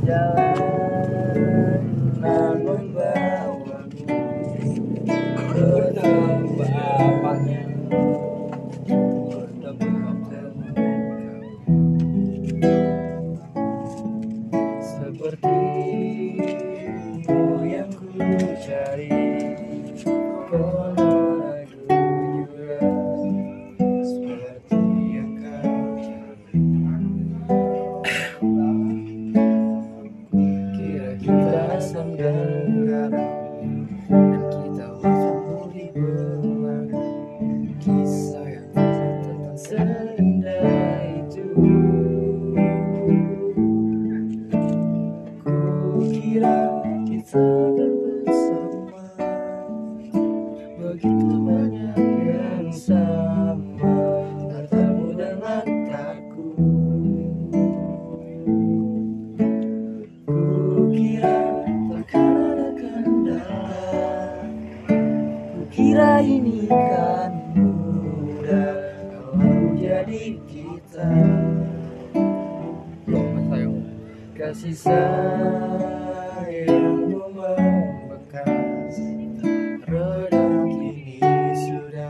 Perjalanan membawamu ke tempatnya sepertimu yang ku cari. Konon aku juga seperti yang kau cari. Kira kita asam dan garam, dan kita bertemu di belakang. Kisah yang tentang seindah itu. Kukira kita akan bersama, begitu banyak yang sama, latarmu dan latarku. Kukira takkan ada kendala, kukira ini kan mudah kalau jadi kita. Kasih sayangmu membekas, redam kini sudah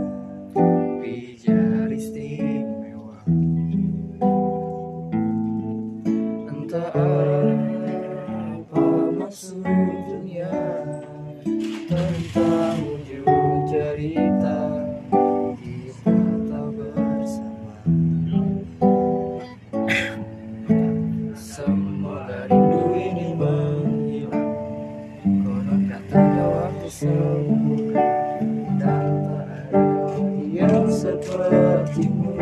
pijar istimewa. Entah apa maksud dunia tentang ujung cerita kita tak bersama. Semoga rindu ini menghilang, konon katanya waktu sembuh, dan tak ada kau yang sepertimu.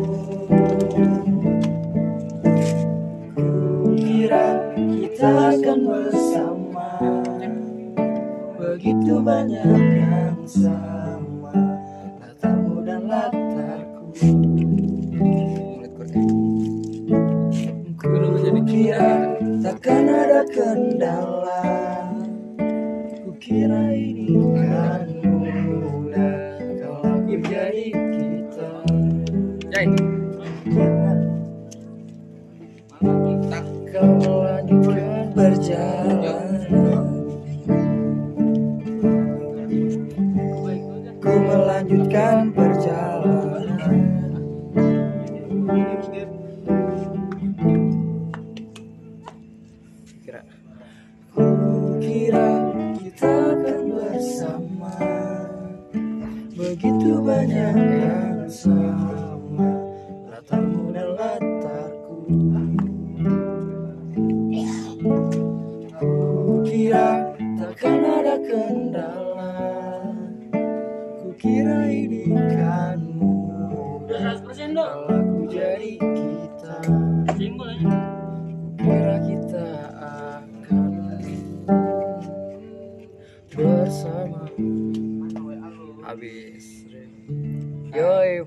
Kukira kita akan bersama, begitu banyak yang sama, latarmu dan latarku. Kukira takkan ada kendala, kukira ini kan mudah kalau aku jadi kita. Takkan melanjutkan perjalanan, ku melanjutkan perjalanan. Kukira kita akan bersama, begitu banyak yang sama, latarmu dan latarku. Kukira takkan ada kendala, kukira ini kan mudah kalau aku jadi kita. Kukira kita akan bersama. Habis. Yoi.